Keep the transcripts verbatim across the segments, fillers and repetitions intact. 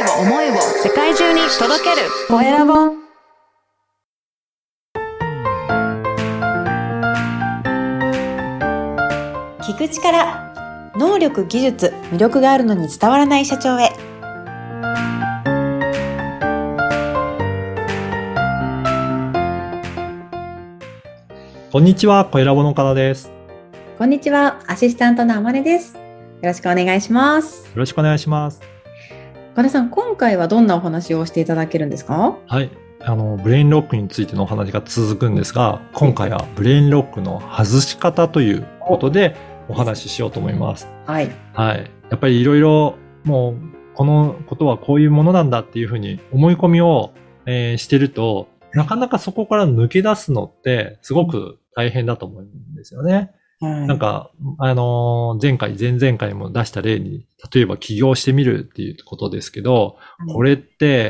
を思いを世界中に届けるコエラボ。 聞く力、能力、技術、魅力があるのに伝わらない社長へ。 こんにちは、コエラボの岡田です。 こんにちは、アシスタントの天音です。よろしくお願いします。 よろしくお願いします。 岡田さん、今回はどんなお話をしていただけるんですか？ はい、あのブレインロックについてのお話が続くんですが、今回はブレインロックの外し方ということでお話ししようと思います。 はい。 はい。やっぱりいろいろもうこのことはこういうものなんだっていうふうに思い込みを、えー、してると、なかなかそこから抜け出すのってすごく大変だと思うんですよね。はい、なんか、あのー、前回、前々回も出した例に、例えば起業してみるっていうことですけど、うん、これって、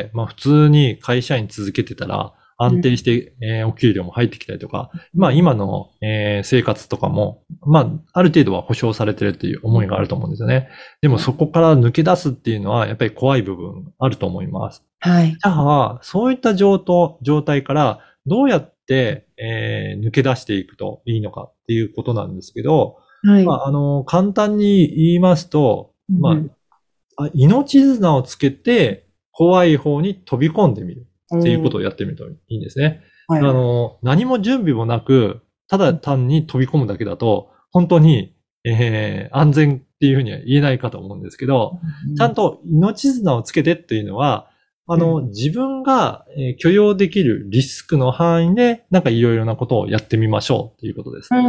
まあ普通に会社員続けてたら安定して、うん、えー、お給料も入ってきたりとか、うん、まあ今の、えー、生活とかも、まあある程度は保証されてるっていう思いがあると思うんですよね。でもそこから抜け出すっていうのはやっぱり怖い部分あると思います。 はい。 じゃあ、そういった状態からどうやってで、えー、抜け出していくといいのかっていうことなんですけど、はい、まあ、あの、簡単に言いますと、うん、まあ、命綱をつけて怖い方に飛び込んでみるっていうことをやってみるといいんですね。はい、あの、何も準備もなく、ただ単に飛び込むだけだと、本当に、えー、安全っていうふうには言えないかと思うんですけど、うん、ちゃんと命綱をつけてっていうのは、あの、うん、自分が、えー、許容できるリスクの範囲で、なんかいろいろなことをやってみましょうっていうことです。 うん、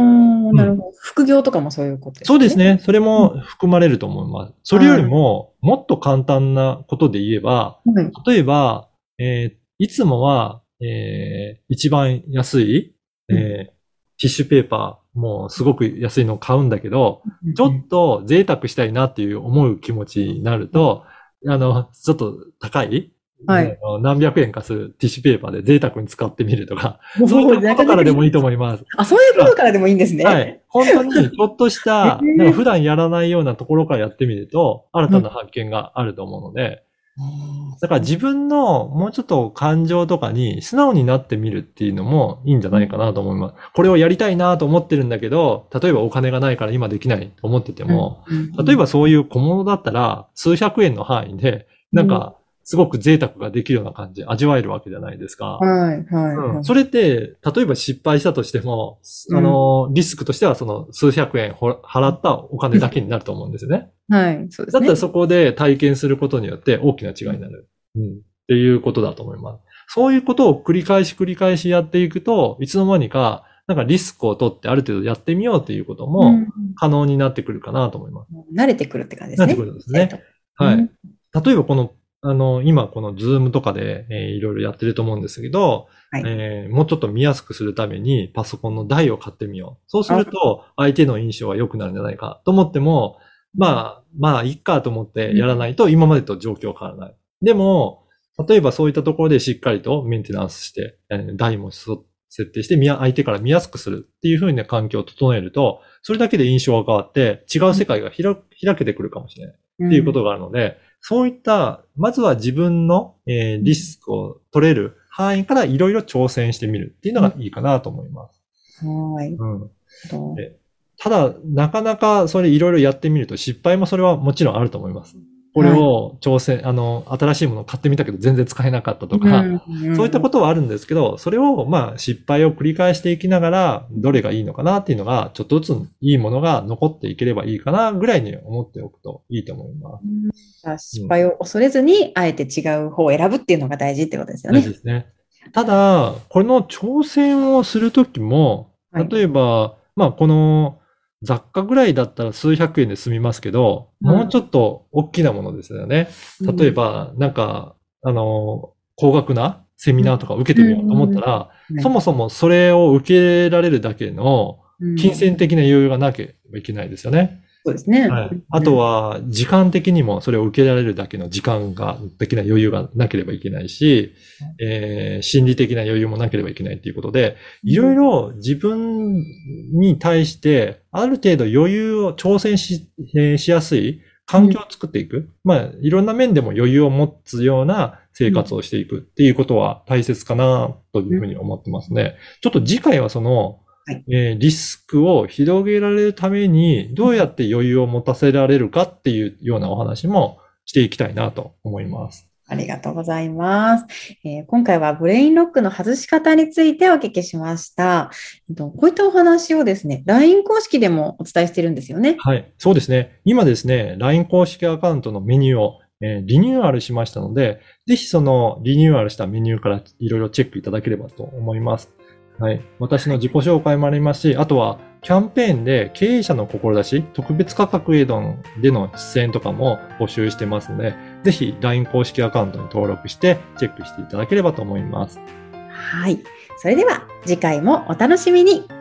なるほど。副業とかもそういうことですね。 そうですね。それも含まれると思います。うん、それよりも、もっと簡単なことで言えば、うん、例えば、えー、いつもは、えー、一番安い、えーうん、ティッシュペーパー、もうすごく安いのを買うんだけど、うん、ちょっと贅沢したいなっていう思う気持ちになると、あの、ちょっと高いはい。何百円かするティッシュペーパーで贅沢に使ってみるとか、そういうことからでもいいと思います。 あ、そういうことからでもいいんですね。 はい。本当にちょっとした、なんか普段やらないようなところからやってみると、新たな発見があると思うので、うん、だから自分のもうちょっと感情とかに素直になってみるっていうのもいいんじゃないかなと思います。これをやりたいなと思ってるんだけど、例えばお金がないから今できないと思ってても、例えばそういう小物だったら数百円の範囲で、なんか、すごく贅沢ができるような感じ、味わえるわけじゃないですか。 はい、はい、 うん。それって、例えば失敗したとしても、うん、あの、リスクとしてはその数百円払ったお金だけになると思うんですよね。 はい、そうですね。 だったらそこで体験することによって大きな違いになる。うん。っていうことだと思います。そういうことを繰り返し繰り返しやっていくと、いつの間にか、なんかリスクを取ってある程度やってみようということも可能になってくるかなと思います。 うん、慣れてくるって感じですね。 慣れてくるんですね。はい。うん、例えばこのあの、今このズームとかで、えー、いろいろやってると思うんですけど、はい、えー、もうちょっと見やすくするためにパソコンの台を買ってみよう。そうすると相手の印象が良くなるんじゃないかと思っても、まあ、まあ、いっかと思ってやらないと今までと状況変わらない。でも、例えばそういったところでしっかりとメンテナンスして、えー、台も設定して見や、相手から見やすくするっていう風な環境を整えると、それだけで印象が変わって違う世界が開けてくるかもしれないっていうことがあるので、うん、そういった、まずは自分の、えー、リスクを取れる範囲からいろいろ挑戦してみるっていうのがいいかなと思います。 はい。 うん。ただ、なかなかそれいろいろやってみると失敗もそれはもちろんあると思います。これを挑戦、はい、あの、新しいものを買ってみたけど全然使えなかったとか、うんうん、そういったことはあるんですけど、それをまあ失敗を繰り返していきながら、どれがいいのかなっていうのが、ちょっとずついいものが残っていければいいかなぐらいに思っておくといいと思います。 うん、失敗を恐れずに、あえて違う方を選ぶっていうのが大事ってことですよね。 大事ですね。ただ、この挑戦をするときも、例えば、はい、まあこの、雑貨ぐらいだったら数百円で済みますけど、うん、もうちょっと大きなものですよね。例えば、なんか、あの、高額なセミナーとか受けてみようと思ったら、うんうん、そもそもそれを受けられるだけの金銭的な余裕がなければいけないですよね。 そうですね。 はい。あとは、時間的にもそれを受けられるだけの時間が、的な余裕がなければいけないし、えー、心理的な余裕もなければいけないということで、いろいろ自分に対して、ある程度余裕を挑戦し、えー、しやすい環境を作っていく。うん、まあ、いろんな面でも余裕を持つような生活をしていくっていうことは大切かなというふうに思ってますね。うん、ちょっと次回はその、はいえー、リスクを広げられるためにどうやって余裕を持たせられるかっていうようなお話もしていきたいなと思います。 ありがとうございます。えー、今回はブレインロックの外し方についてお聞きしました。こういったお話をですね、ライン 公式でもお伝えしているんですよね。 はい、そうですね。今ですね、ライン 公式アカウントのメニューを、えー、リニューアルしましたので、ぜひそのリニューアルしたメニューからいろいろチェックいただければと思います。はい。私の自己紹介もありますし、あとはキャンペーンで経営者の志、特別価格へのでの出演とかも募集してますので、ぜひ ライン 公式アカウントに登録してチェックしていただければと思います。 はい。それでは次回もお楽しみに。